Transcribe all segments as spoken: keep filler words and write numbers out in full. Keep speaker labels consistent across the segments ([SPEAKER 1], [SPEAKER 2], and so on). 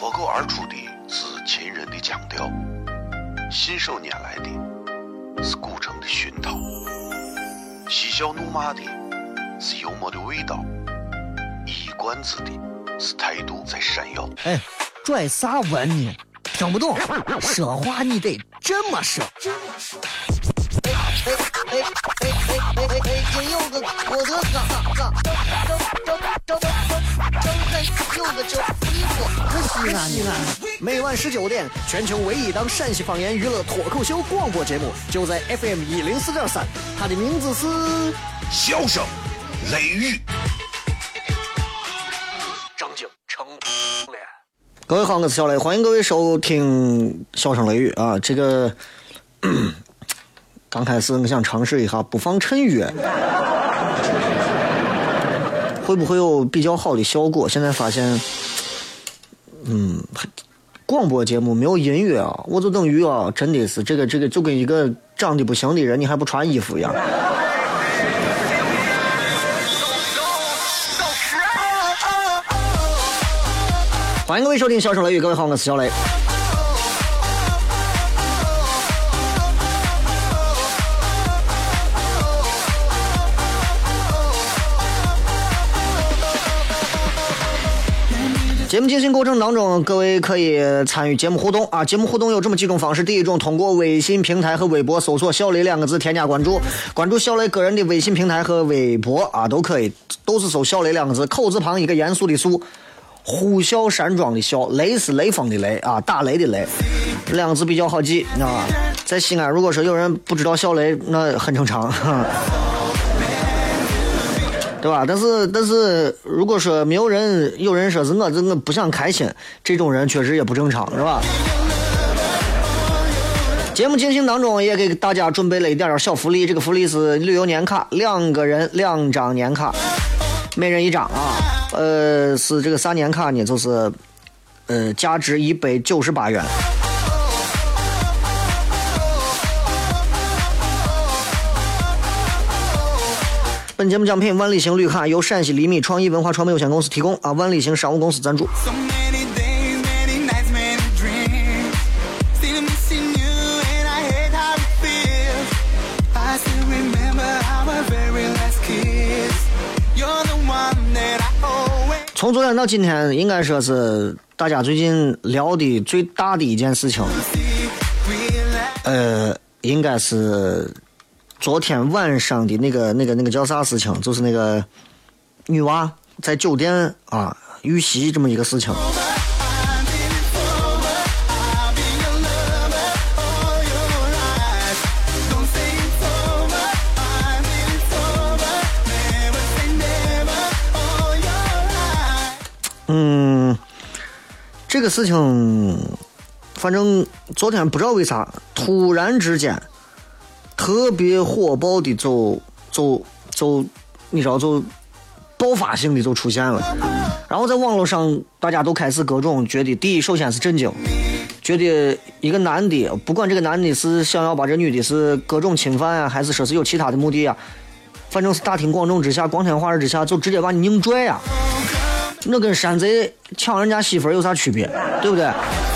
[SPEAKER 1] 脱口而出的是秦人的腔调，信手拈来的是古城的熏陶，嬉笑怒骂的是幽默的味道，一冠子的是态度在闪耀。
[SPEAKER 2] 哎，拽啥文呢？听不懂，说话你得这么说。哎哎哎哎哎哎哎！今有个我的嘎嘎嘎，张张张张张开有个叫衣服，可惜啊！每晚十九点，全球唯一档陕西方言娱乐脱口秀广播节目，就在 F M 一零四点三，它的名字是
[SPEAKER 1] 笑声雷雨。
[SPEAKER 2] 张景成。各位好，我是小雷，欢迎各位收听笑声雷雨啊！这个。刚开始我想尝试一下不放衬乐，会不会有比较好的效果？现在发现，嗯，广播节目没有音乐啊，我就等于啊，真的是这个这个就跟一个长得不行的人，你还不穿衣服一样。欢迎各位收听笑声雷雨，各位好，我是小雷。节目进行过程当中，各位可以参与节目互动啊！节目互动有这么几种方式：第一种，通过微信平台和微博搜索“小雷”两个字，添加关注，关注小雷个人的微信平台和微博啊，都可以，都是搜“小雷”两个字，口字旁一个严肃的肃，呼啸山庄的啸，雷是雷锋的雷啊，打雷的雷，两个字比较好记啊。在西安，如果说有人不知道小雷，那很正常。对吧？但是但是，如果说没有人，有人说是我这我不想开心，这种人确实也不正常，是吧？节目进行当中也给大家准备了一点点小福利，这个福利是旅游年卡，两个人两张年卡，每人一张啊。呃，是这个啥年卡呢？就是呃，价值一百九十八元。本节目奖品万里行绿卡由陕西厘米创意文化传媒有限公司提供啊，万里行商务公司赞助。从昨天到今天，应该说是大家最近聊的最大的一件事情，呃，应该是。昨天晚上的那个那个那个叫啥事情，就是那个女娃在酒店啊遇袭这么一个事情。嗯，这个事情，反正昨天不知道为啥，突然之间。特别火爆的就就就你知道就爆发性的就出现了，然后在网络上大家都开始各种觉得，第一首先是震惊，觉得一个男的不管这个男的是想要把这女的是各种侵犯啊，还是说是有其他的目的啊，反正是大庭广众之下光天化日之下就直接把你硬拽啊，那跟山贼抢人家媳妇有啥区别，对不对？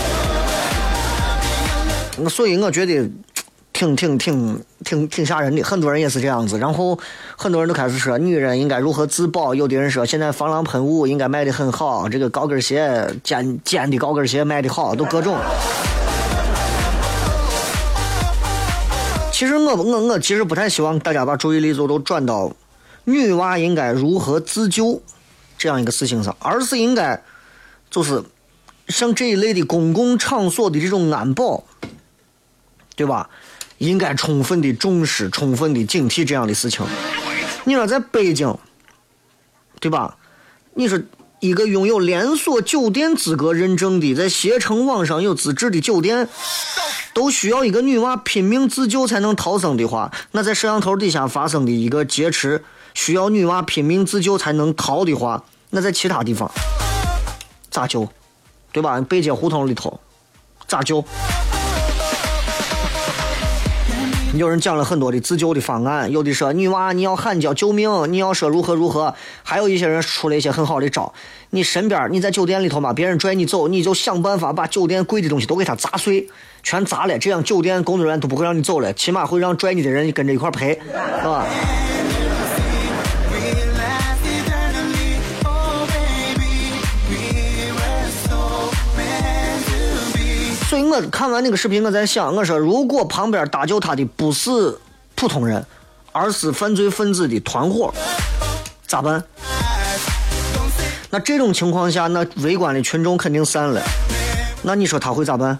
[SPEAKER 2] 所以我觉得挺挺挺挺挺吓人的，很多人也是这样子。然后很多人都开始说女人应该如何自保，有的人说现在防狼喷雾应该卖得很好，这个高跟鞋尖尖的高跟鞋卖得好，都各种。其实我我我其实不太希望大家把注意力都都转到女娃应该如何自救这样一个事情上，而是应该就是像这一类的公共场所的这种安保，对吧？应该充分的重视，充分的警惕这样的事情。你说在北京，对吧？你说一个拥有连锁酒店资格认证的，在携程网上有资质的酒店，都需要一个女娃拼命自救才能逃生的话，那在摄像头底下发生的一个劫持，需要女娃拼命自救才能逃的话，那在其他地方咋救？对吧？背街胡同里头咋救？ 有人讲了很多的自救的方案，有的说女娃你要喊叫救命，你要说如何如何，还有一些人出了一些很好的招。你身边你在酒店里头嘛，别人拽你走，你就想办法把酒店贵的东西都给他砸碎，全砸了，这样酒店工作人员都不会让你走了，起码会让拽你的人跟着一块赔，是吧？所以我看完那个视频，我在想，我说如果旁边搭救他的不是普通人，而是犯罪分子的团伙，咋办？那这种情况下，那围观的群众肯定散了，那你说他会咋办？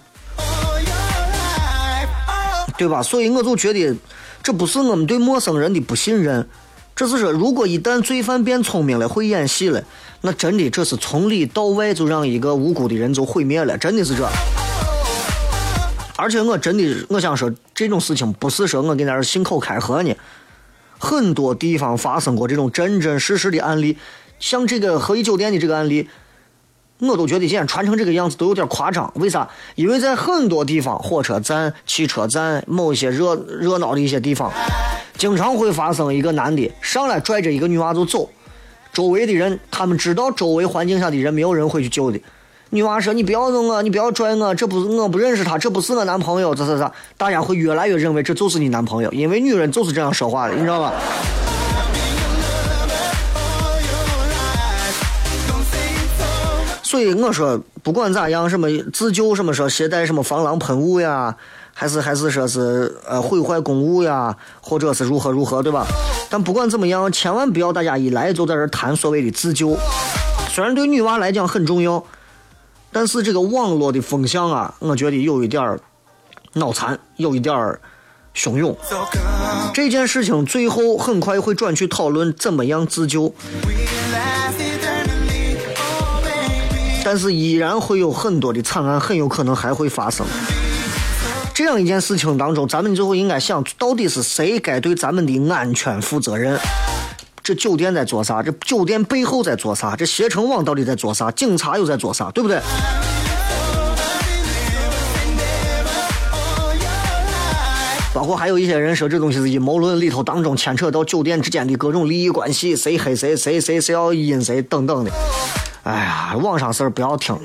[SPEAKER 2] 对吧？所以我就觉得这不是我们对陌生人的不信任，这是说如果一旦罪犯变聪明了，会演戏了，那真的这是从里到外就让一个无辜的人就毁灭了，真的是这。而且我真的我想说，这种事情不是说我跟那儿信口开河呢，很多地方发生过这种真真实实的案例，像这个和颐酒店的这个案例，我都觉得现在传成这个样子都有点夸张。为啥？因为在很多地方，火车站、汽车站，某一些热热闹的一些地方，经常会发生一个男的上来拽着一个女娃就走，周围的人他们知道周围环境下的人没有人会去救的。女娃说：“你不要弄我，你不要拽我，这不是我不认识他，这不是我男朋友。”这这这，大家会越来越认为这就是你男朋友，因为女人就是这样说话的，你知道吧？所以我说，不管咋样，什么自救，什么说携带什么防狼喷雾呀，还是还是说是呃毁坏公物呀，或者是如何如何，对吧？但不管怎么样，千万不要大家一来就在这谈所谓的自救，虽然对女娃来讲很重要。但是这个网络的风向啊，我觉得有一点脑残，有一点汹涌。这件事情最后很快会转去讨论怎么样自救，但是依然会有很多的惨案，很有可能还会发生。这样一件事情当中，咱们最后应该想，到底是谁该对咱们的安全负责任？这酒店在做啥？这酒店背后在做啥？这携程网到底在做啥？警察又在做啥？对不对？包括还有一些人说这东西是阴谋论里头当中牵扯到酒店之间的各种利益关系，谁黑谁，谁谁谁要阴谁等等的。哎呀，网上事儿不要听。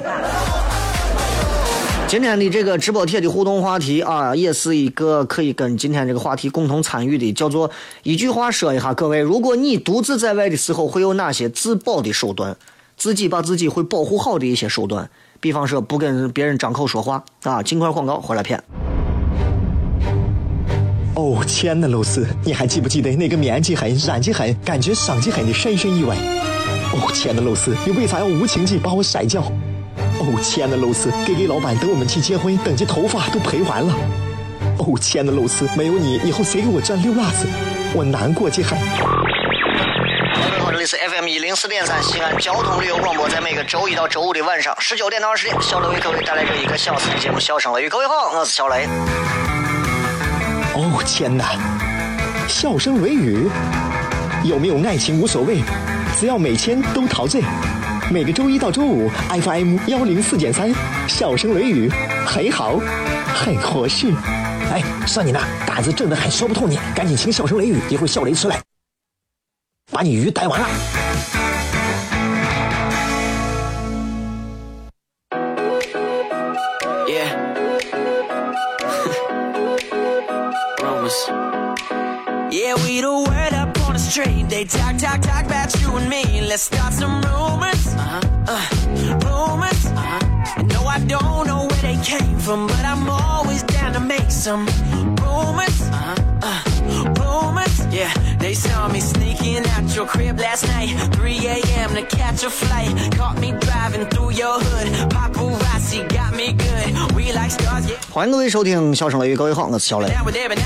[SPEAKER 2] 今天的这个直播帖的互动话题啊，也是一个可以跟今天这个话题共同参与的，叫做一句话说一下各位，如果你独自在外的时候会有哪些自保的手段，自己把自己会保护好的一些手段，比方说不跟别人张口说话啊。尽快广告回来片。
[SPEAKER 3] 哦天哪，露丝，你还记不记得那个棉积狠、染剂狠、感觉伤及狠的深深意外？哦天哪，露丝，你为啥要无情地把我甩掉？哦天哪，露丝，给给老板等我们去结婚，等这头发都赔完了。哦天哪，露丝，没有你以后谁给我赚溜辣子？我难过极狠。
[SPEAKER 2] 各位好，这里是 F M 一零四点三西安交通旅游广播，在每个周一到周五的晚上十九点到二十点，小雷为各位带来这一个小时的节目《笑声雷雨》。各位好，我是小雷。
[SPEAKER 3] 哦天哪，笑声雷雨，有没有爱情无所谓，只要每天都陶醉。每个周一到周五 F M 一零四点三，笑声雷雨，很好，很合适。哎，算你那胆子正的很，说不透你，赶紧请笑声雷雨，一会儿笑雷出来，把你鱼逮完了。
[SPEAKER 4] Yeah. Rumors. Yeah, we the word up on the street. They talk, talk, talk about you and me. Let's start some rumors. Uh-huh. Uh, rumors. Uh-huh. No, I don't know where they came from, but I'm always down to make some rumors. Uh-huh. Uh, rumors. Yeah, they saw me sneaking out your crib last night. three a.m. to catch a flight. Caught me driving through your hood. Paparazzi got me good. We like stars, yeah.
[SPEAKER 2] 欢迎各位收听笑声雷雨，各位好，我是小雷。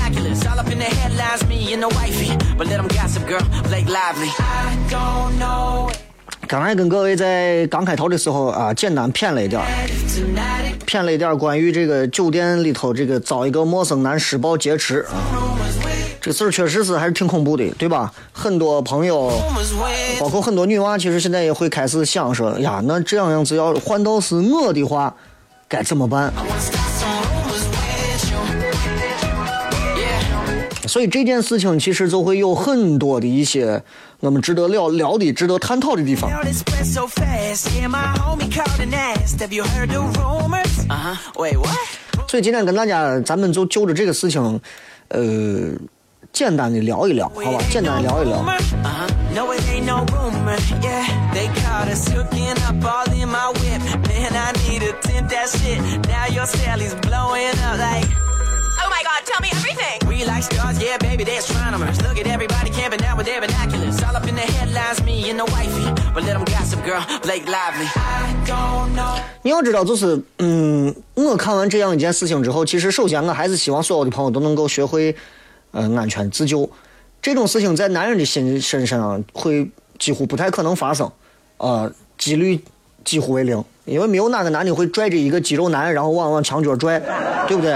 [SPEAKER 2] 刚才跟各位在刚开头的时候啊，简单谝了一点，谝了一点关于这个酒店里头这个遭一个陌生男施暴劫持啊，这事儿确实是还是挺恐怖的，对吧？很多朋友，包括很多女娃，其实现在也会开始想说，呀，那这样样子要换到是我的话，该怎么办？ 所以这件事情其实就会有很多的一些我们值得聊聊的、值得探讨的地方。所以今天跟大家，咱们就就着这个事情，呃，简单的聊一聊，好吧？简单的聊一聊。
[SPEAKER 4] Oh my God, tell me everything. We like stars, yeah, baby, they're astronomers. Look at everybody camping out with their binoculars. All up in the headlines, me and the wifey. But let them gossip, girl, Blake Lively. I don't know.
[SPEAKER 2] 你要知道，就是嗯，我看完这样一件事情之后，其实首先我还是希望所有的朋友都能够学会呃安全自救。这种事情在男人的心身上会几乎不太可能发生，呃，几率几乎为零，因为没有哪个男的会拽着一个肌肉男，然后往往墙角拽，对不对？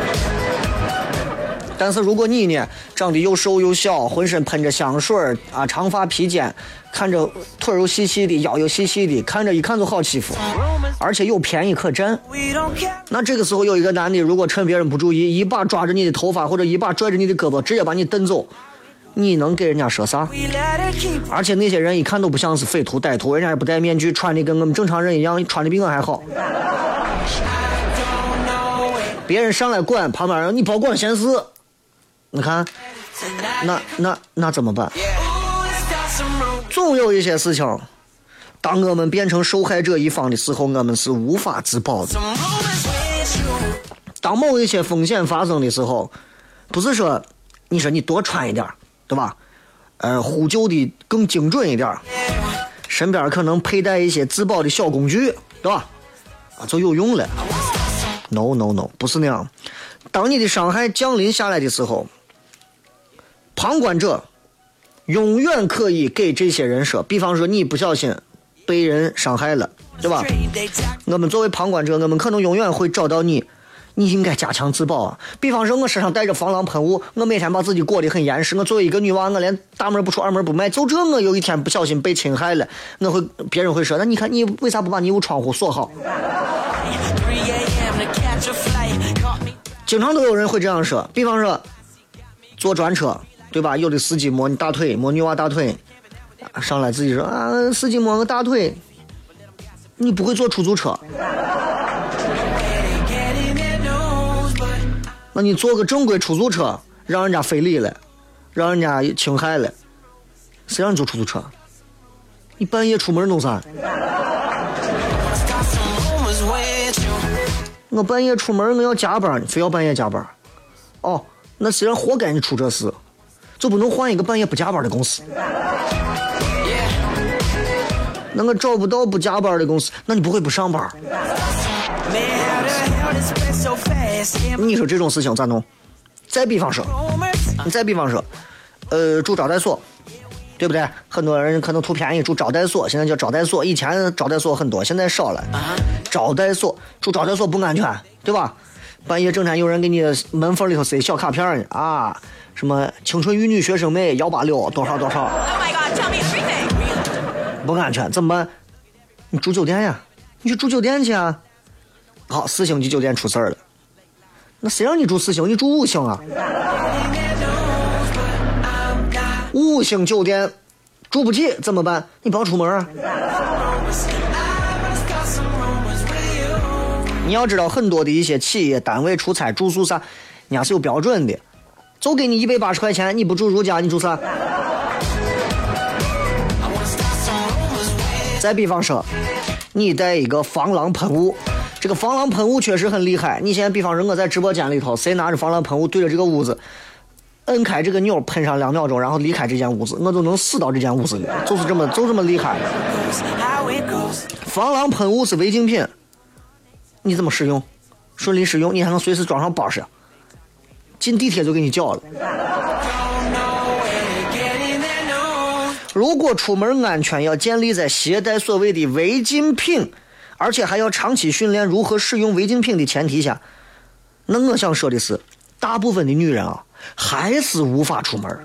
[SPEAKER 2] 但是如果你呢长得又瘦又小，浑身喷着香水啊，长发披肩，看着腿又细细的，腰又细细的，看着一看就好欺负，而且又便宜可占，那这个时候有一个男的如果趁别人不注意，一把抓着你的头发或者一把拽着你的胳膊，直接把你蹬走，你能给人家说啥？而且那些人一看都不像是匪徒歹徒，人家也不戴面具，穿的跟我们正常人一样，穿的比我还好。别人上来管，旁边人你保管闲事，你看，那那那怎么办？总有一些事情，当我们变成受害者一方的时候，我们是无法自保的。当某一些风险发生的时候，不是说你说你多穿一点，对吧？呃，呼救的更精准一点，身边可能佩戴一些自保的小工具，对吧？啊，就有用了。No no no， 不是那样。当你的伤害降临下来的时候，旁观者永远可以给这些人说，比方说你不小心被人伤害了，对吧？我们作为旁观者，我们可能永远会找到你，你应该加强自保啊。比方说我身上带着防狼喷雾，我每天把自己裹得很严实，我作为一个女娃，我连大门不出二门不迈，就这我有一天不小心被侵害了，我会别人会说，那你看你为啥不把你屋窗户锁好？经常都有人会这样说，比方说坐专车，对吧？有的司机摸你大腿，摸女娃大腿，上来自己说啊，司机摸个大腿，你不会坐出租车，那你坐个正规出租车，让人家非礼了，让人家侵害了，谁让你坐出租车？你半夜出门弄啥？我半夜出门我要加班，你非要半夜加班，哦，那谁让活该你出这事，就不能换一个半夜不加班的公司？那我找不到不加班的公司，那你不会不上班？你说这种事情咋弄？再比方说，你再比方说，呃，住招待所，对不对？很多人可能图便宜住招待所，现在叫招待所，以前招待所很多，现在少了。招待所住招待所不安全，对吧？半夜正常有人给你门缝里头塞小卡片呢啊，什么青春玉女学生妹幺八六多少多少。Oh my God, tell me everything. 不安全怎么办？你住酒店呀，你去住酒店去啊。好，四星级酒店出事了，那谁让你住四星？你住五星啊？五星酒店住不起怎么办？你不要出门啊。你要知道，很多的一些企业单位出差住宿啥，人家是有标准的，就给你一百八十块钱，你不住如家，你住啥？再比方说，你带一个防狼喷雾，这个防狼喷雾确实很厉害。你现在比方说我在直播间里头，谁拿着防狼喷雾对着这个屋子，摁开这个钮，喷上两秒钟，然后离开这间屋子，我都能死到这间屋子里，就是这么就这么厉害。防狼喷雾是违禁品。你怎么使用？顺利使用，你还能随时装上包上，进地铁就给你叫了。如果出门安全要建立在携带所谓的违禁品，而且还要长期训练如何使用违禁品的前提下，那我想说的是，大部分的女人啊，还是无法出门。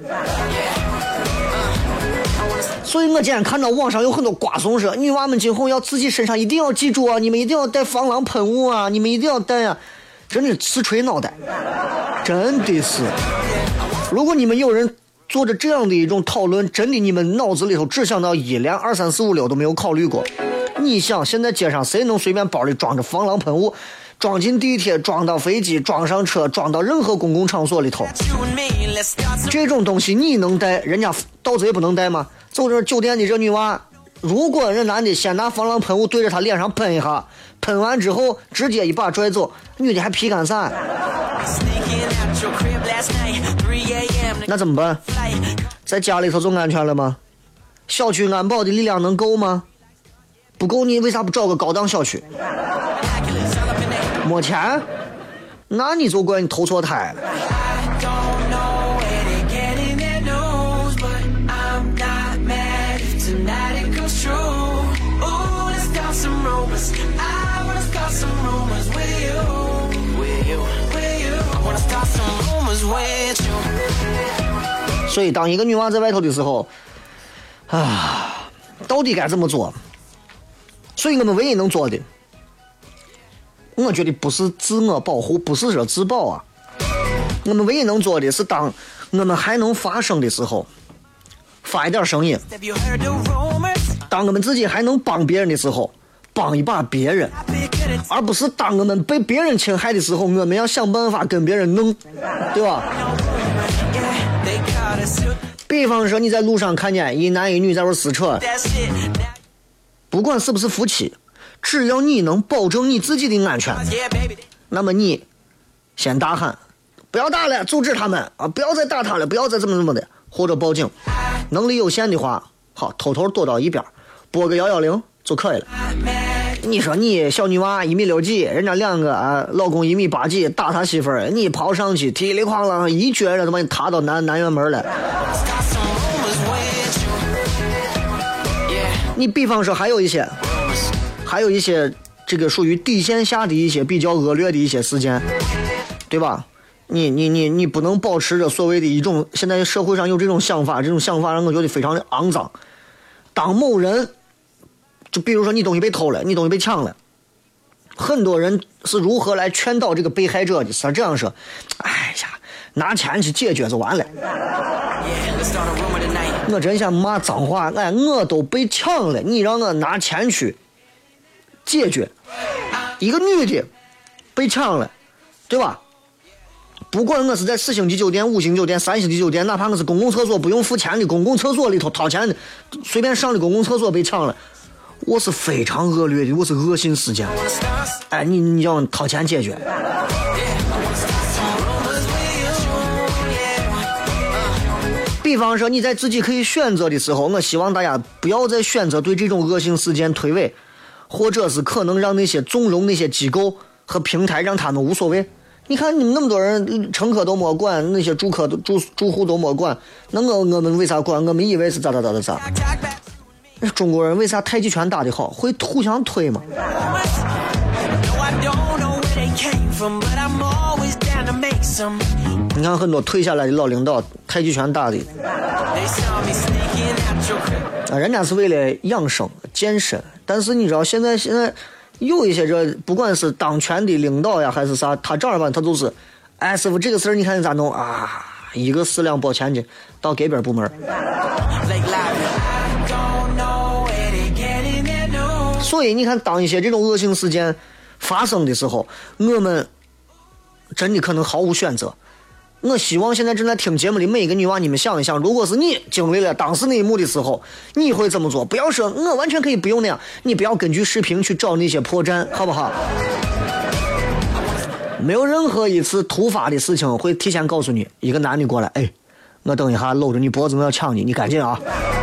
[SPEAKER 2] 所以我今天看到网上有很多瓜怂说，女娃们今后要自己身上一定要记住啊，你们一定要带防狼喷雾啊，你们一定要带啊，真的是吹脑袋，真的是。 如果你们有人做着这样的一种讨论，真的你们脑子里头只想到一，连二三四五六都没有考虑过。你想现在街上谁能随便包里装着防狼喷雾，装进地铁，装到飞机，装上车，装到任何公共场所里头？这种东西你能带，人家盗贼不能带吗？走这酒店的这女娃，如果人男的先拿防狼喷雾对着她脸上喷一下，喷完之后直接一把拽走，女的还披杆伞，那怎么办？在家里头就安全了吗？小区安保的力量能够吗？不够，你为啥不找个高档小区？没钱，那你就怪你投错胎了。所以当一个女娃在外头的时候啊，到底该怎么做？所以我们唯一能做的，我觉得不是自我保护，不是说自保啊，我们唯一能做的是当我们还能发声的时候发一点声音，当我们自己还能帮别人的时候帮一把别人，而不是当我们被别人侵害的时候我们要想办法跟别人弄，对吧？比方说你在路上看见一男一女在这撕扯，不管是不是夫妻，只要你能保证你自己的安全，那么你先大喊不要打了，阻止他们啊，不要再打他了，不要再这么这么的，或者报警。能力有限的话，好，偷偷躲到一边，拨个幺幺零就可以了。你说你小女娃一米六几，人家两个啊，老公一米八几，打他媳妇儿，你跑上去踢里哐啷一脚，他妈踏到南南园门了。你比方说还有一些，还有一些这个属于底线下的一些比较恶劣的一些事件，对吧？你你你你不能保持着所谓的一种，现在社会上有这种想法，这种想法让我觉得非常的肮脏。当某人，就比如说你东西被偷了，你东西被抢了，很多人是如何来劝导这个被害者的？是这样说：哎呀，拿钱去解决就完了。我真想骂脏话，哎，我都被抢了，你让我拿钱去解决？一个女的被抢了，对吧？不管我是在四星级酒店、五星酒店、三星级酒店，哪怕我是公共厕所不用付钱的公共厕所里头掏钱的，随便上的公共厕所被抢了，我是非常恶劣的，我是恶性事件。哎，你你要掏钱解决。比方说你在自己可以选择的时候，我希望大家不要再选择对这种恶性事件推诿，或者是可能让那些纵容那些机构和平台让他们无所谓。你看你们那么多人，乘客都没管，那些住客住住户都没管，那我我们为啥管？我们以为是咋咋咋咋咋？中国人为啥太极拳打得好？会互相推吗？你看很多退下来的老领导，太极拳打的，啊，人家是为了养生健身，但是你知道现在现在有一些这不管是当权的领导呀还是啥，他正儿八经他都是，哎师傅这个事儿你看你咋弄啊？一个四两拨钱去到给边部门。所以你看，当一些这种恶性事件发生的时候，我们真的可能毫无选择。我希望现在正在听节目的每一个女娃，你们想一想，如果是你经历了当时那一幕的时候，你会怎么做？不要说我完全可以不用那样，你不要根据视频去找那些破绽，好不好？没有任何一次突发的事情会提前告诉你，一个男的过来，哎，我等一下搂着你脖子，我要抢你，你赶紧啊！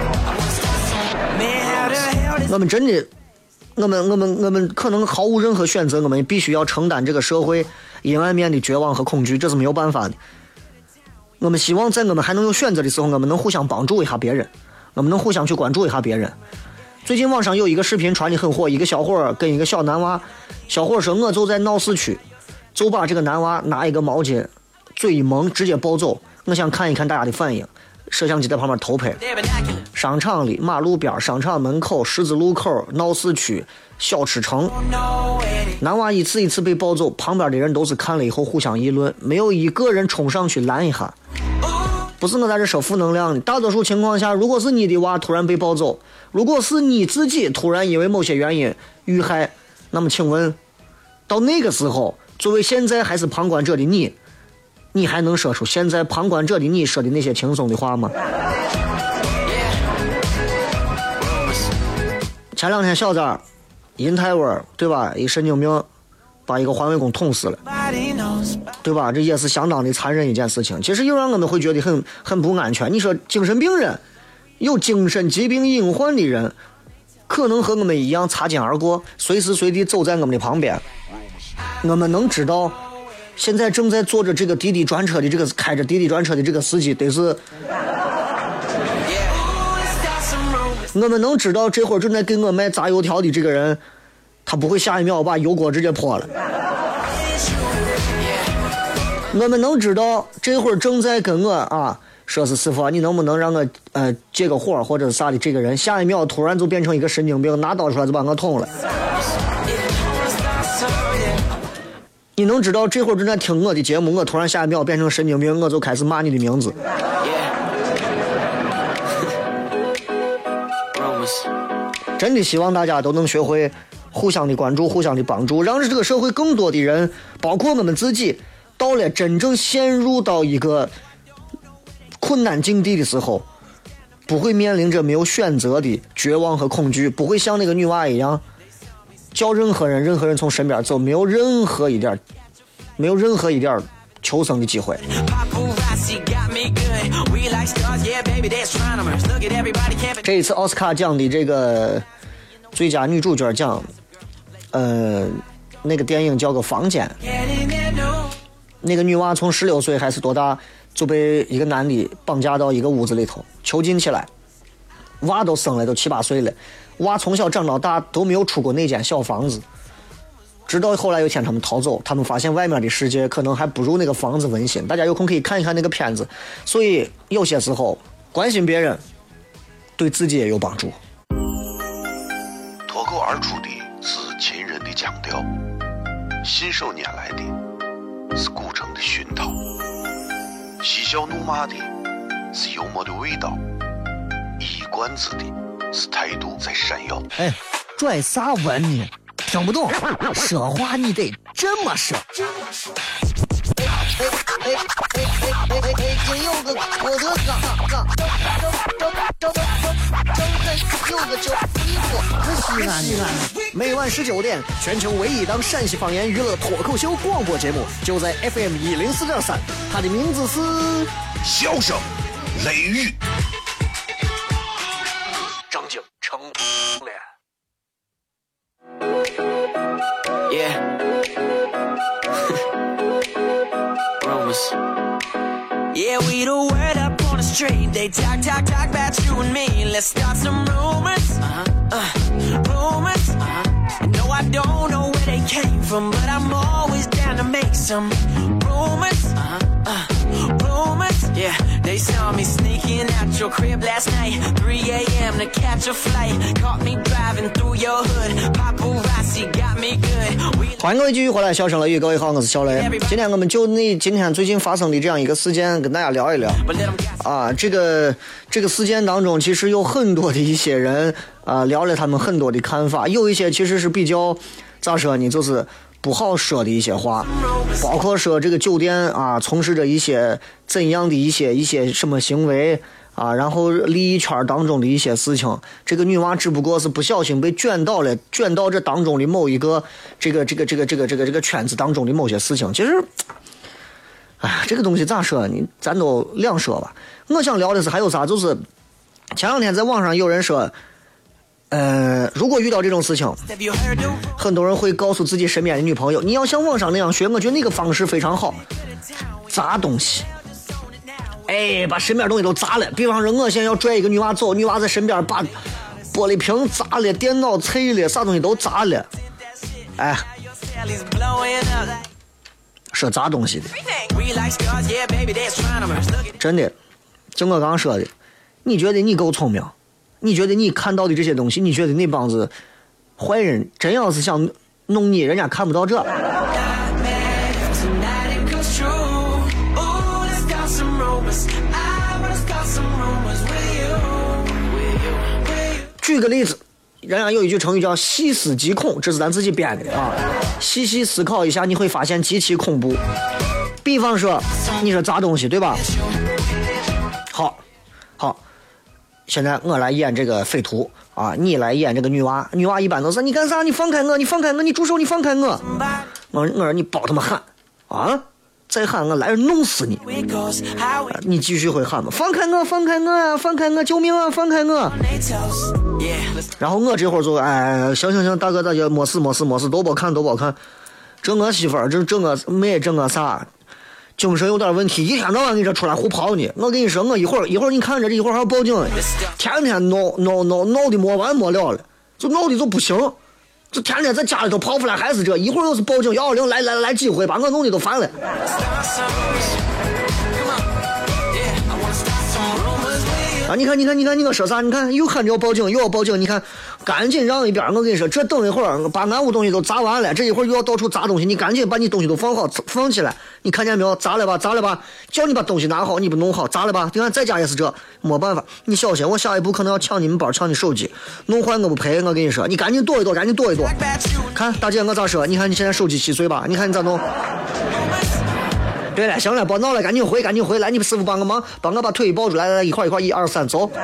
[SPEAKER 2] 我们真的。我们我们我们可能毫无任何选择，我们必须要承担这个社会阴暗面的绝望和恐惧，这是没有办法的。我们希望在我们还能有选择的时候，我们能互相帮助一下别人，我们能互相去关注一下别人。最近网上有一个视频传的很火，一个小伙跟一个小男娃，小伙说我就在闹市区，就把这个男娃拿一个毛巾嘴一蒙直接抱走，我想看一看大家的反应。摄像机在旁边偷拍，商场里、马路边、商场门口、十字路口、闹市区、小吃城，男娃一次一次被抱走，旁边的人都是看了以后互相议论，没有一个人冲上去拦一下。 不是我在这说负能量的。大多数情况下，如果是你的娃突然被抱走，如果是你自己突然因为某些原因遇害，那么请问，到那个时候，作为现在还是旁观者的你，你还能说出现在旁观者的你说的那些轻松的话吗？前两天小崽银泰湾对吧，一神经病把一个环卫工捅死了，对吧？这也是相当的残忍一件事情。其实又让我们会觉得很很不安全。你说精神病人，有精神疾病隐患的人，可能和我们一样擦肩而过，随时随地走在我们的旁边。我们能知道，现在正在坐着这个滴滴专车的这个开着滴滴专车的这个司机得是。我们能知道这会儿正在给我卖炸油条的这个人，他不会下一秒把油锅直接泼了。我们能知道这会儿正在跟我啊说是师傅，你能不能让我呃借个火或者啥的，这个人下一秒突然就变成一个神经病，拿刀出来就把我捅了。你能知道这会儿正在听我的节目，我突然下一秒变成神经病，我就开始骂你的名字。真的希望大家都能学会互相的关注，互相的帮助，让这个社会更多的人，包括我们自己，到了真正陷入到一个困难境地的时候，不会面临着没有选择的绝望和恐惧，不会像那个女娃一样叫任何人任何人从身边走，没有任何一点没有任何一点求生的机会。这一次奥斯卡奖的这个最佳女主角奖，呃，那个电影叫个《房间》，那个女娃从十六岁还是多大就被一个男的绑架到一个屋子里头囚禁起来，娃都生了，都七八岁了，娃从小长到大都没有出过那间小房子。直到后来有一天他们逃走，他们发现外面的世界可能还不如那个房子温馨。大家有空可以看一看那个片子。所以有些时候关心别人对自己也有帮助。
[SPEAKER 1] 脱口而出的是秦人的腔调，信手拈来的是古城的熏陶，嬉笑怒骂的是幽默的味道，一冠子的是态度在闪耀。
[SPEAKER 5] 哎，拽啥文呢？听不懂，说话你得这么说。
[SPEAKER 2] 哎哎哎哎哎哎哎！金柚子，我的嘎嘎，张张张张张张开柚子酒衣服，西安西安。每晚十九点，全球唯一档陕西方言娱乐脱口秀广播节目，就在 F M 一零四点三。它的名字是
[SPEAKER 1] 笑声雷雨。
[SPEAKER 2] 张景成脸。
[SPEAKER 4] Yeah. Rumors. Yeah, we the word up on the street. They talk, talk, talk about you and me. Let's start some rumors. Uh-huh. Uh, rumors. Uh-huh. No, I don't know where they came from, but I'm always down to make some rumors. Uh-huh. Uh, rumors. Yeah, they saw me sneaking out your crib last night. three a.m. to catch a flight. Caught me driving through your hood. Paparazzi got me good.
[SPEAKER 2] 欢迎各位继续回来，笑声雷雨，各位好，我是小雷。今天我们就那今天最近发生的这样一个事件跟大家聊一聊啊。这个这个事件当中，其实有很多的一些人啊聊了他们很多的看法，有一些其实是比较咋说呢，就是不好说的一些话，包括说这个酒店啊从事着一些怎样的一些一些什么行为啊，然后利益圈当中的一些事情，这个女娃只不过是不小心被卷到了，卷到这当中的某一个这个这个这个这个这个这个圈子当中的某些事情。其实，哎，这个东西咋说？你咱都两说吧。我想聊的是还有啥，就是前两天在网上有人说，呃，如果遇到这种事情，很多人会告诉自己身边的女朋友，你要像网上那样学。我觉得那个方式非常好，砸东西。哎，把身边东西都砸了。比方说，我现在要拽一个女娃走，女娃在身边把玻璃瓶砸了，电脑碎了，啥东西都砸了。哎，说砸东西的，真的，就我刚刚说的，你觉得你够聪明？你觉得你看到的这些东西，你觉得那帮子坏人真要是想弄你，人家看不到这。 举个例子，人家有一句成语叫细思极恐，这是咱自己编的啊。细细思考一下，你会发现极其恐怖。比方说，你说砸东西，对吧？好，好，现在我来演这个匪徒啊，你来演这个女娃。女娃一般都是你干啥？你放开我！你放开我！你住手！你放开我！我我说你别他妈喊啊！再喊我来人弄死你！啊、你继续会喊吗？放开我！放开我呀！放开我！救命啊！放开我！然后我这会儿就哎，行行行，大哥大姐，没事没事没事，都别看都别看，这我媳妇儿，这这我妹，这我啥，精神有点问题，一天到晚给这出来胡跑呢。我跟你说，我一会儿一会儿你看着这一会儿还要报警，天天闹闹闹闹的没完没了了，就闹的就不行。这天天在家里头跑出来还是这，一会儿又是报警幺二零来来来几回，把我弄的都烦了。啊！你看，你看，你看，你我说啥？你看又喊着要报警，又要报警。你看，赶紧让一边。我跟你说，这等一会儿把俺屋东西都砸完了，这一会儿又要到处砸东西，你赶紧把你东西都放好，放起来。你看见没有？砸了吧，砸了吧！叫你把东西拿好，你不弄好，砸了吧？你看在家也是这，没办法，你小心，我下一步可能要抢你们包，抢你手机，弄坏我不赔。我跟你说，你赶紧躲一躲，赶紧躲一躲。看大姐，我咋说？你看你现在手机稀碎吧？你看你咋弄？对了，行了，别闹了，赶紧回，赶紧回来！你师傅帮个忙，帮我把腿抱出来，来一块一块，一二三，走。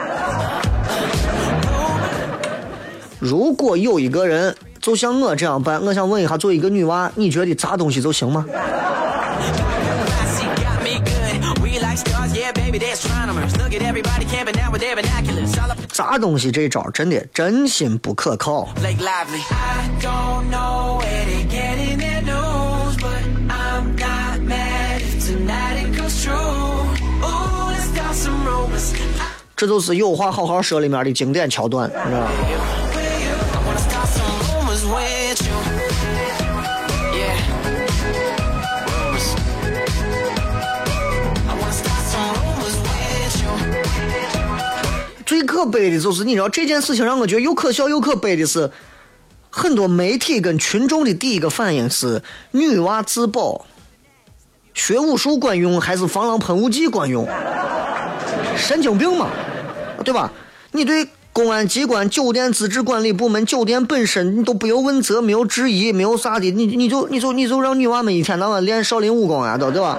[SPEAKER 2] 如果有一个人就像我这样办，我想问一下，作为一个女娃，你觉得砸东西就行吗？砸东西这招真的真心不可靠。这就是有话好好说里面的经典桥段，你知道吗？最可悲的就是你知道这件事情让我觉得又可笑又可悲的是，很多媒体跟群众的第一个反应是女娃自保，学武术管用还是防狼喷雾剂管用？神经病嘛，对吧？你对公安机关、酒店资质管理部门、酒店本身你都不由问责，没有质疑，没有啥的，你你就你就你就让女娃们一天到晚练少林武功啊，都对吧？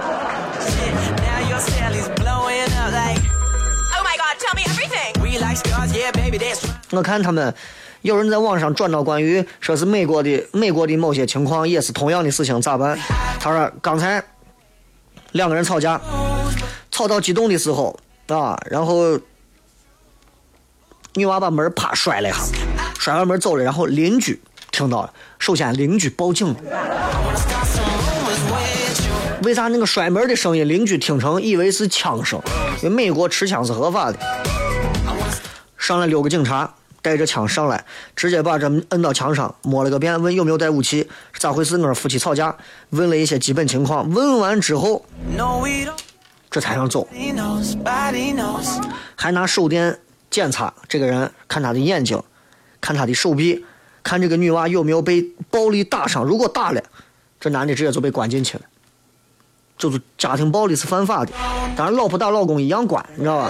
[SPEAKER 2] 我看他们有人在网上转到关于说是美国的美国的某些情况，也是同样的事情咋办？他说刚才两个人吵架，吵到激动的时候啊，然后女娃把门啪摔了一下，摔完门走了，然后邻居听到了，首先邻居报警了。为啥那个摔门的声音邻居听成以为是枪声？因为美国持枪是合法的。上来六个警察带着枪上来，直接把这摁到墙上，摸了个遍，问有没有带武器，咋回事？我说夫妻吵架，问了一些基本情况，问完之后这才让走，还拿手电检查这个人，看他的眼睛，看他的手臂，看这个女娃有没有被暴力打伤，如果打了，这男的直接就被关进去了。就是家庭暴力是犯法的，当然老婆打老公一样管，你知道吧？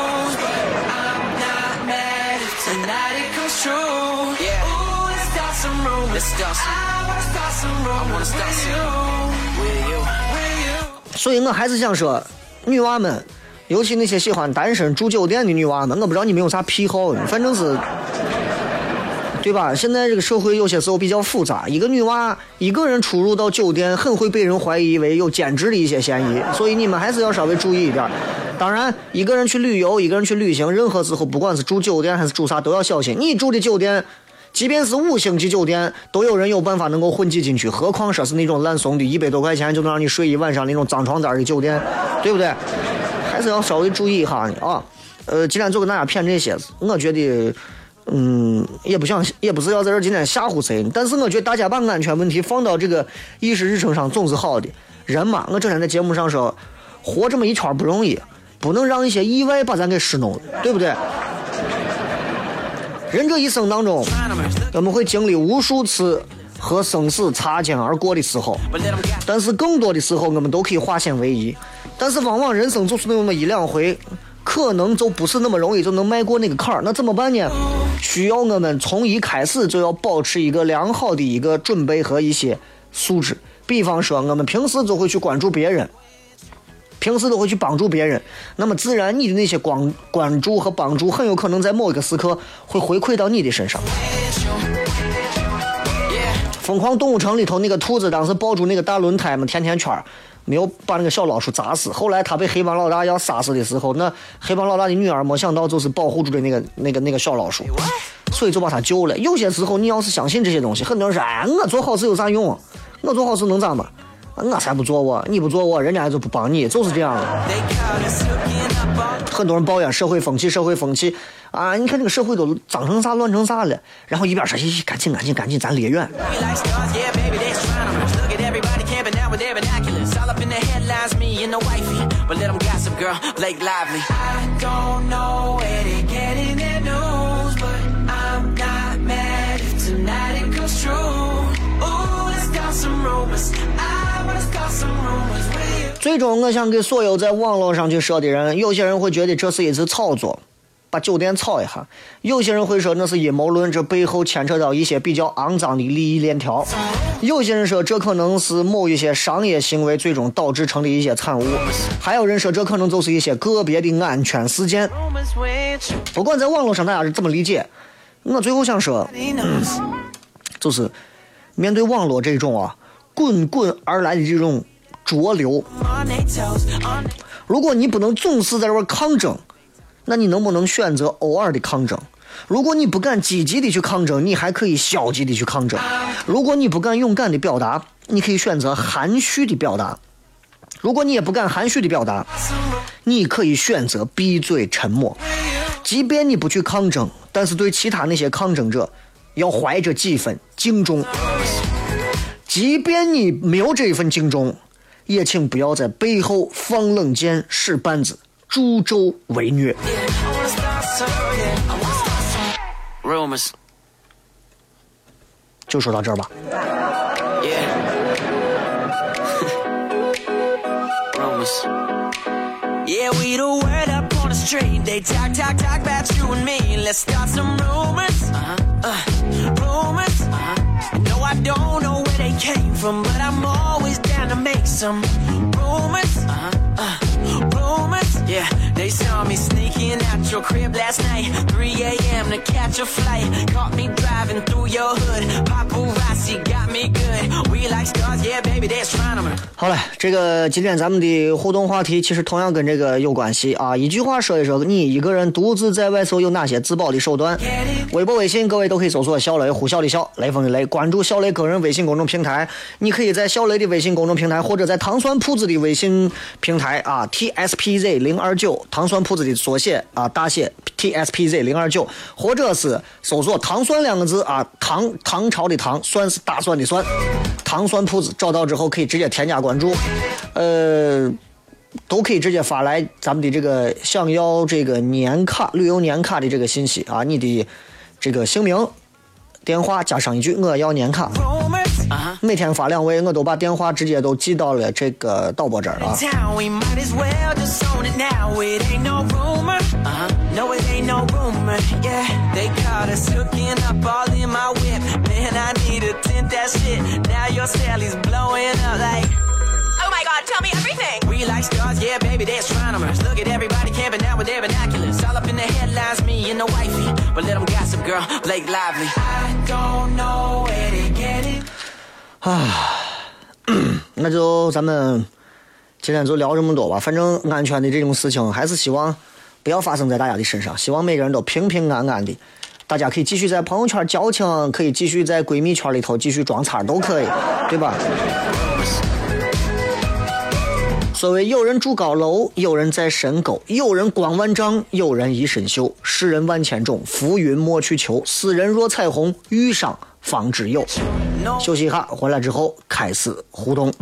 [SPEAKER 2] 所以我还是想说，女娃们，尤其那些喜欢单身住酒店的女娃们，我不知道你们有啥癖好，反正是，对吧？现在这个社会有些时候比较复杂，一个女娃一个人出入到酒店，很会被人怀疑为有兼职的一些嫌疑，所以你们还是要稍微注意一点。当然，一个人去旅游，一个人去旅行，任何时候不管是住酒店还是住啥，都要小心。你住的酒店，即便是五星级酒店，都有人有办法能够混迹进去，何况说是那种烂怂的，一百多块钱就能让你睡一晚上那种脏床单的酒店，对不对？还是要稍微注意一下啊。呃，既然就跟大家骗这些，我觉得，嗯，也不想，也不是要在这今天吓唬谁，但是我觉得大家把安全问题放到这个议事日程上总是好的。人嘛，我之前在节目上说，活这么一圈不容易，不能让一些意外把咱给失弄了，对不对？人这一生当中，我们会经历无数次和生死擦肩而过的时候，但是更多的时候我们都可以化险为夷，但是往往人生就是那么一两回，可能就不是那么容易就能迈过那个坎儿，那怎么办呢？ 需要我们从一开始就要保持一个良好的一个准备和一些素质。比方说我们平时就会去关注别人，平时都会去帮助别人，那么自然你的那些关关注和帮助很有可能在某一个时刻会回馈到你的身上。疯狂动物城里头那个兔子当时抱住那个大轮胎嘛，甜甜圈没有把那个小老鼠砸死，后来他被黑帮老大要杀死的时候，那黑帮老大的女儿没想到就是保护住的那个那个那个小老鼠，所以就把他救了。有些时候你要是相信这些东西，很多人说哎，我做好事有啥用啊，我做好事能咋嘛，我才不做我，你不做我，人家就不帮你，就是这样的。很多人抱怨社会风气，社会风气啊！你看这个社会都脏成啥，乱成啥了，然后一边说“赶紧，赶紧，赶紧，咱离远”。最终我想给所有在网络上去说的人，有些人会觉得这是一次炒作，把酒店炒一下，有些人会说那是阴谋论，这背后牵扯到一些比较肮脏的利益链条，有些人说这可能是某一些商业行为最终导致成的一些产物，还有人说这可能就是一些个别的安全事件。不管在网络上大家是怎么理解，我最后想说、嗯、就是面对网络这种啊滚滚而来的这种浊流，如果你不能总是在这边抗争，那你能不能选择偶尔的抗争？如果你不敢积极的去抗争，你还可以消极的去抗争。如果你不敢勇敢的表达，你可以选择含蓄的表达。如果你也不敢含蓄的表达，你可以选择闭嘴沉默。即便你不去抗争，但是对其他那些抗争者要怀着几分敬重。即便你没有这一份敬重，也请不要在背后放冷箭使绊子，助纣为虐。就说到这儿吧。
[SPEAKER 4] Yeah, we the word up on the street. They talk, talk, talk about you and me. Let's start some rumors. Uh-huh. Uh, rumors. Uh-huh. No, I don't know where they came from, but I'm always down to make some rumors. Uh-huh. Uh, rumors. Yeah, they saw me sneaking out your crib last night. three a.m. to catch a flight. Caught me driving through your hood. Paparazzi got me good. We like stars, yeah, baby, they're astronomers.
[SPEAKER 2] 好了，这个今天咱们的互动话题其实同样跟这个有关系啊。一句话说一说，你一个人独自在外时候有哪些自保的手段？微博、微信，各位都可以搜索小雷，呼啸的啸，雷锋的雷，关注小雷个人微信公众平台。你可以在小雷的微信公众平台，或者在糖酸铺子的微信平台啊 ，T S P Z 零二九，糖酸铺子的缩写啊，大写 T S P Z 零二九，或者是搜索糖酸两个字啊，唐唐朝的唐，酸是大蒜的酸，糖酸铺子找到之后可以直接添加关注，呃。都可以直接发来咱们的这个想要这个年卡旅游年卡的这个信息啊，你的这个姓名电话加上一句我要年卡，每天发两位，我都把电话直接都寄到了这个导播这儿啊。
[SPEAKER 6] Oh my God, tell me everything.
[SPEAKER 4] We like stars, yeah, baby, they're astronomers. Look at everybody camping out with their binoculars. All up in the headlines, me and the wifey. But let them gossip, girl, Blake Lively. I don't know where they get it.
[SPEAKER 2] 啊，那就咱们今天就聊这么多吧。反正安全的这种事情，还是希望不要发生在大家的身上。希望每个人都平平安安的。大家可以继续在朋友圈交情，可以继续在闺蜜圈里头继续装叉，都可以，对吧？所谓有人住高楼，有人在深沟，有人光万丈，有人一身锈。世人万千种，浮云莫去求。斯人若彩虹，遇上方知有。休息一下，回来之后开始互动。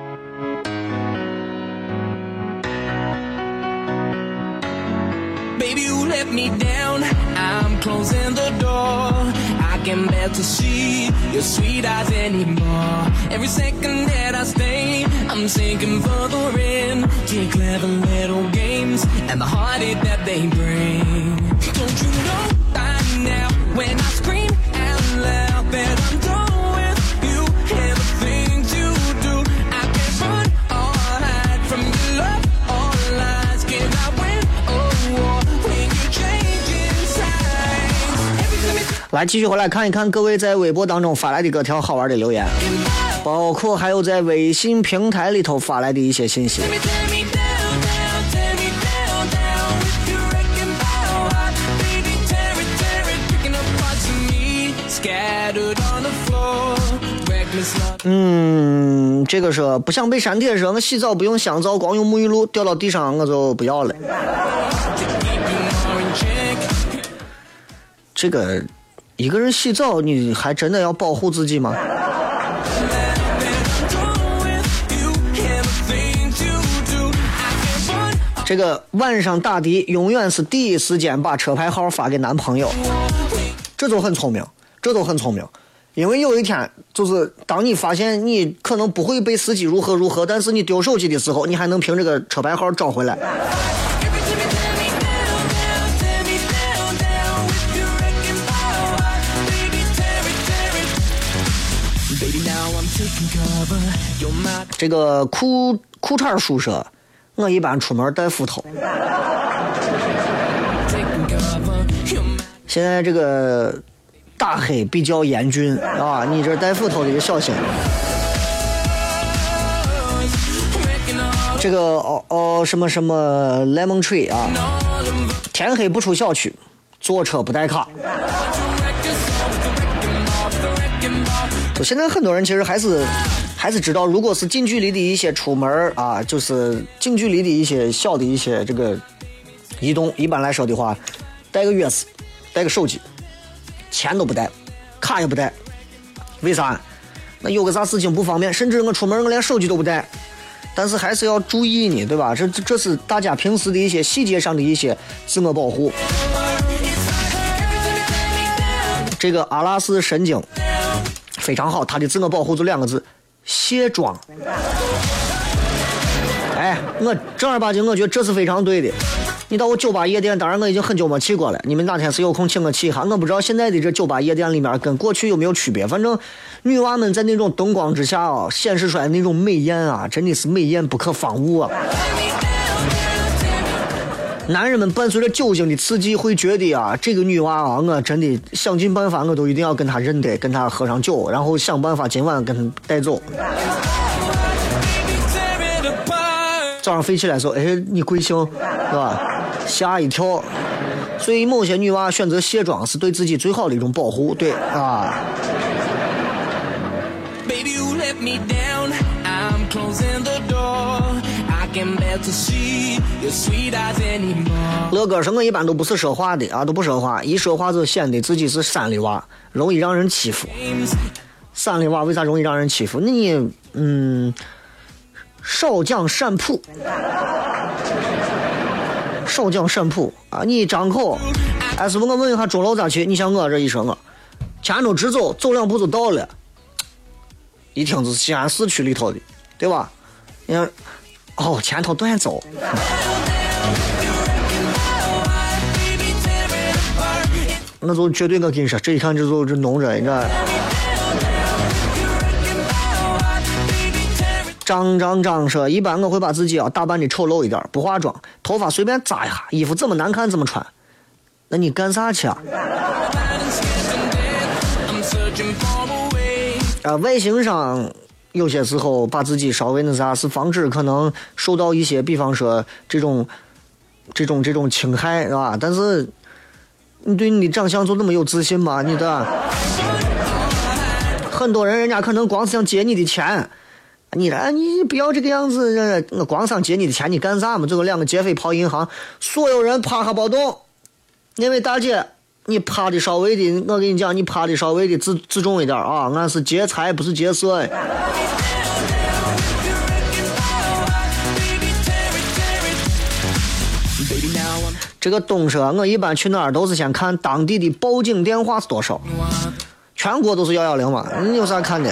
[SPEAKER 7] Baby, you let me down. I'm closing the door. I can't bear to see your sweet eyes anymore. Every second that I stay, I'm sinking further in to your clever little games and the heartache that they bring. Don't you know by now when I scream out loud that I'm done with you and the things you do. I can't run or hide from your love or lies. Can I win or war when you change inside? Every time you
[SPEAKER 2] 来，继续回来看一看各位在微博当中发来的各条好玩的留言，包括还有在微信平台里头发来的一些信息。
[SPEAKER 7] tear me down, down, tear me down, down with your wrecking ball. Baby, tear it, tear it, picking up parts of me, scattered on the floor, reckless love.
[SPEAKER 2] 嗯，这个说不想被删帖说，我洗澡不用香皂，光用沐浴露，掉到地上我就不要了。这个一个人洗澡，你还真的要保护自己吗？这个晚上打的永远是第一时间把车牌号发给男朋友，这都很聪明，这都很聪明。因为有一天，就是当你发现你可能不会被司机如何如何，但是你丢手机的时候，你还能凭这个车牌号找回来。这个裤裤衩叔说，我一般出门带斧头。现在这个大黑比较严峻啊，你这带斧头的小心。这个哦哦什么什么 lemon tree 啊，天黑不出小区，坐车不带卡。现在很多人其实还是还是知道，如果是近距离的一些出门啊，就是近距离的一些小的一些这个移动，一般来说的话，带个钥匙，带个手机，钱都不带，卡也不带，为啥？那有个啥事情不方便，甚至我出门我连手机都不带，但是还是要注意你，对吧？这这这是大家平时的一些细节上的一些自我保护。这个阿拉斯神经非常好，他的自我保护就两个字：卸妆。哎，我正儿八经，我觉得这是非常对的。你到我酒吧夜店，当然我已经很久没去过了。你们哪天是有空请我去一下？我不知道现在的这酒吧夜店里面跟过去有没有区别。反正女娃们在那种灯光之下啊，显示出来那种美艳啊，真的是美艳不可方物啊。男人们伴随着酒精的刺激，会觉得啊，这个女娃啊，我真的想尽办法，我都一定要跟她认得，跟她喝上酒，然后想办法今晚跟她带走。早上飞起来说，哎，你贵姓，是吧？吓一跳。所以某些女娃选择卸妆是对自己最好的一种保护，对啊。
[SPEAKER 7] Baby, you let me down. I'm closing the door. I can't bear to see your sweet eyes anymore.
[SPEAKER 2] 乐哥说，我一般都不是说话的啊，都不说话，一说话就显得自己是山里娃，容易让人欺负。山里娃为啥容易让人欺负？那你嗯，少讲闪谱，少讲闪谱啊！你张口，哎，师傅，我问一下钟楼咋去？你像我这一说，我前头直走，走两步就到了。一听就是西安市区里头的，对吧？你看，哦，前头断走。那就绝对，我跟你说，这一看这就这弄着，你知道。张张张说，一般我会把自己啊打扮的丑陋一点，不化妆，头发随便扎一下，衣服怎么难看怎么穿。那你干啥去啊？啊，外形上有些时候把自己稍微那啥，是防止可能受到一些，比方说这种这种这种侵害，是吧？但是你对你的长相就那么有自信吗？你的很多人人家可能光是想借你的钱。你来，你不要这个样子，我光想借你的钱，你干啥嘛？最后两个劫匪跑银行，所有人趴下暴动。那位大姐，你趴的稍微的，我跟你讲，你趴的稍微的自自重一点啊，俺是劫财不是劫色。这个东说，我一般去哪儿都是先看当地的报警电话是多少，全国都是幺幺零嘛，你有啥看的？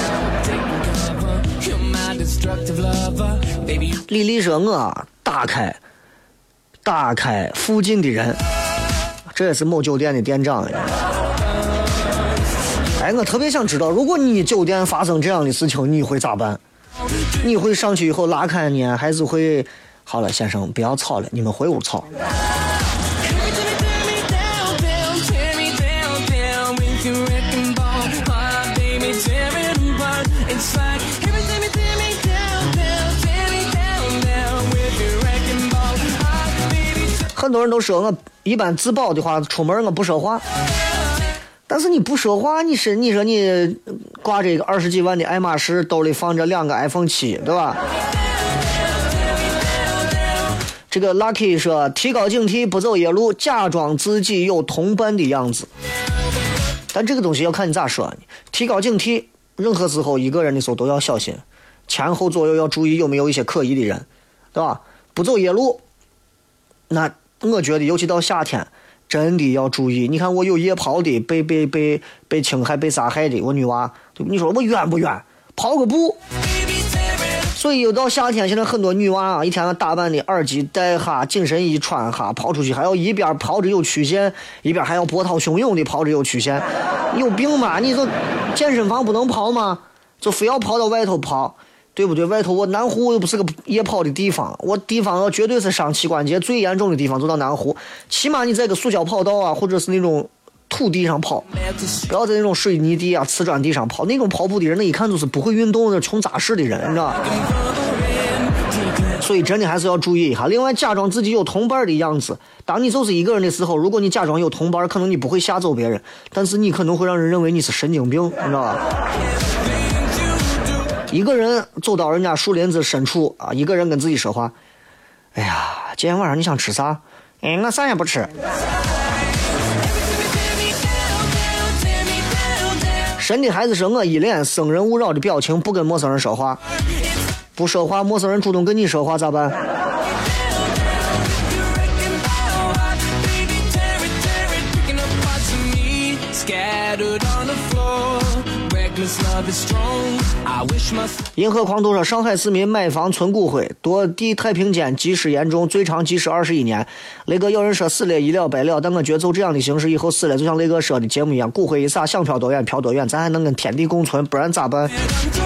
[SPEAKER 2] 李丽说，我打开打开附近的人，这也是某酒店的店长。 我特别想知道，如果你酒店发生这样的事情，你会咋办？你会上去以后拉开呢，还是会好了，先生不要吵了，你们回屋吵。很多人都说我一般自保的话，出门我不说话。但是你不说话，你是你说你挂着一个二十几万的爱马仕，兜里放着两个 iPhone 七，对吧？这个 Lucky 说提高警惕，不走夜路，假装自己有同伴的样子。但这个东西要看你咋说。提高警惕，任何时候一个人的时候都要小心，前后左右要注意有没有一些可疑的人，对吧？不走夜路，那我觉得尤其到夏天真的要注意。你看我有夜跑的，被被被被侵害被杀害的，我女娃，你说我远不远？跑个步。所以又到夏天，现在很多女娃啊，一天打扮的耳机戴哈，紧身衣穿哈，跑出去还要一边跑着有曲线，一边还要波涛汹涌的跑着有曲线。你有病吗？你说健身房不能跑吗？就非要跑到外头跑，对不对？外头我南湖又不是个夜跑的地方，我地方要绝对是伤膝关节最严重的地方，就到南湖。起码你在个塑胶跑道啊，或者是那种土地上跑，不要在那种水泥地啊、瓷砖地上跑。那种跑步的人，那一看就是不会运动的穷杂事的人，你知道吧？所以真的还是要注意一下。另外，假装自己有同伴的样子。当你就是一个人的时候，如果你假装有同伴，可能你不会吓走别人，但是你可能会让人认为你是神经病，你知道吧？一个人走到人家树林子深处啊，一个人跟自己说话：“哎呀，今天晚上你想吃啥？哎，我啥也不吃。”神的孩子说：“我一脸生人勿扰的表情，不跟陌生人说话。不说话，陌生人主动跟你说话咋办？”银河狂徒说：“上海市民买房存骨灰，多地太平间积尸严重，最长积尸二十一年。那个有人说死了一了百了，但我觉得就这样的形式，以后死了就像那个说的节目一样，骨灰一撒，想飘多远飘多远，咱还能跟天地共存，不然咋办？”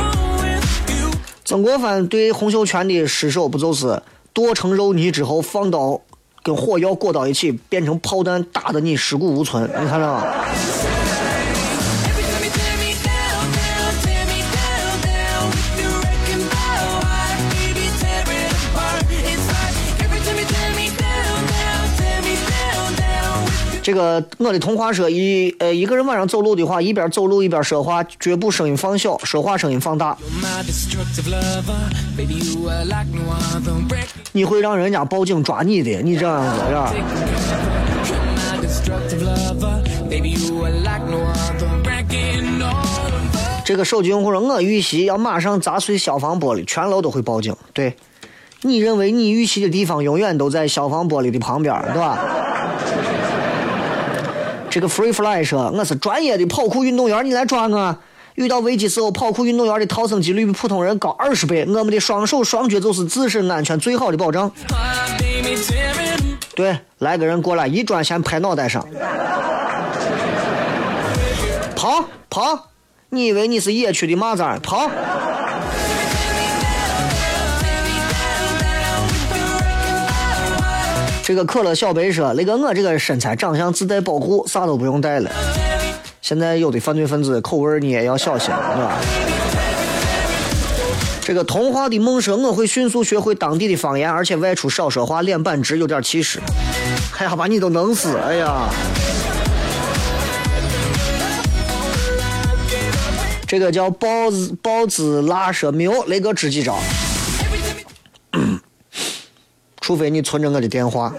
[SPEAKER 2] 曾国藩对洪秀全的尸首不就是剁成肉泥之后放到跟火药裹到一起，变成炮弹，打得你尸骨无存，你看到吗？这个我的童话说一呃一个人晚上走路的话，一边走路一边说话，脚步声音放小，说话声音放大。你会让人家报警抓你的，你这样子是吧？这个手机用户说，我预习要马上砸碎消防玻璃，全楼都会报警。对，你认为你预习的地方永远都在消防玻璃的旁边，对吧？这个 Free Fly 说，我是专业的跑酷运动员，你来抓我。遇到危机时候，跑酷运动员的逃生几率比普通人高二十倍。我们的双手双脚就是自身安全最好的保障。对，来个人过来，一转先拍脑袋上。跑跑，你以为你是野区的蚂蚱？跑！这个可乐小白说，那个我这个身材长相自带保护，啥都不用带了。现在有的犯罪分子口味你也要小心，是吧？这个童话的梦说，我会迅速学会当地的方言，而且外出少说话，脸板直，有点气势。哎呀，把你都弄死！哎呀，这个叫包子包子拉说，没有那个支几招。除非你存着我的电话。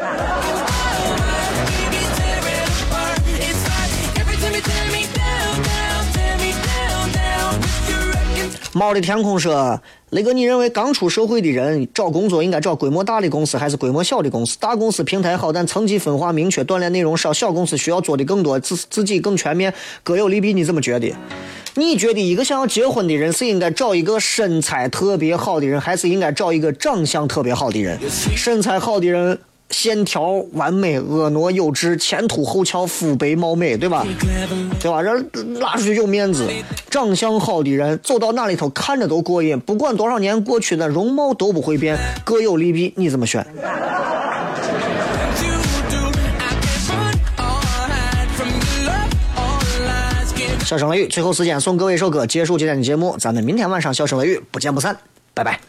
[SPEAKER 2] 猫的天空说，雷哥，你认为刚出社会的人找工作应该找规模大的公司还是规模小的公司？大公司平台好，但层级分化明确，锻炼内容少；小公司需要做的更多，自自己更全面，各有利弊。你怎么觉得？你觉得一个想要结婚的人是应该找一个身材特别好的人，还是应该找一个长相特别好的人？身材好的人线条完美，婀娜有致，前凸后翘，肤白貌美，对吧？对吧？人拉出去有面子，长相好的人走到那里头看着都过瘾，不管多少年过去的容貌都不会变，各有利弊，你怎么选？笑声雷雨，最后时间送各位一首歌，结束今天的节目，咱们明天晚上笑声雷雨不见不散，拜拜。